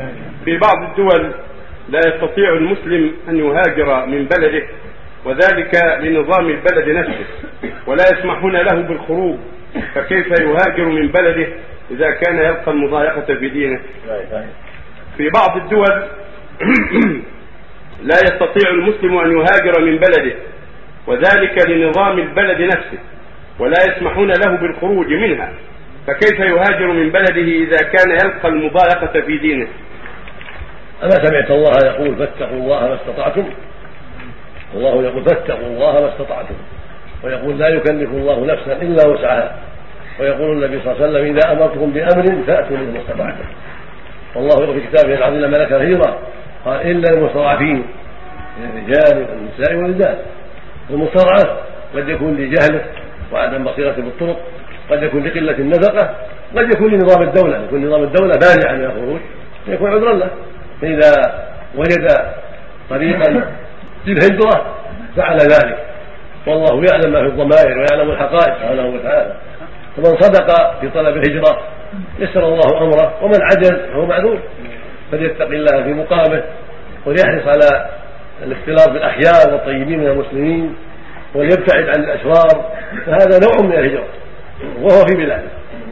في بعض الدول لا يستطيع المسلم أن يهاجر من بلده، وذلك لنظام البلد نفسه، ولا يسمحون له بالخروج، فكيف يهاجر من بلده إذا كان يلقى المضايقة في دينه؟ في بعض الدول لا يستطيع المسلم أن يهاجر من بلده، وذلك لنظام البلد نفسه، ولا يسمحون له بالخروج منها، فكيف يهاجر من بلده إذا كان يلقى المضايقة في دينه؟ أما سمعت الله يقول فاتقوا الله ما استطعتم؟ الله يقول فاتقوا الله ما استطعتم، ويقول لا يكلف الله نفسا إلا وسعها، ويقول النبي صلى الله عليه وسلم إذا أمرتكم بأمر فأتوا منه ما استطعتم. والله يقول في كتابه العظيم لما ذكر الهجرة قال إلا المستضعفين من الرجال والنساء والولدان. المستضعف قد يكون لجهله وعدم بصيرة بالطرق، قد يكون لقلة النفقة، قد يكون لنظام الدولة، يكون نظام الدولة مانعا من الخروج يكون عذرا له، فإذا وجد طريقا للهجرة فعل ذلك، والله يعلم ما في الضمائر ويعلم الحقائق سبحانه وتعالى. فمن صدق في طلب الهجرة يسر الله أمره، ومن عجز فهو معذور، فليتق الله في مقامه وليحرص على الاختلاط بالأخيار والطيبين من المسلمين وليبتعد عن الأشرار، فهذا نوع من الهجرة وهو في بلاده.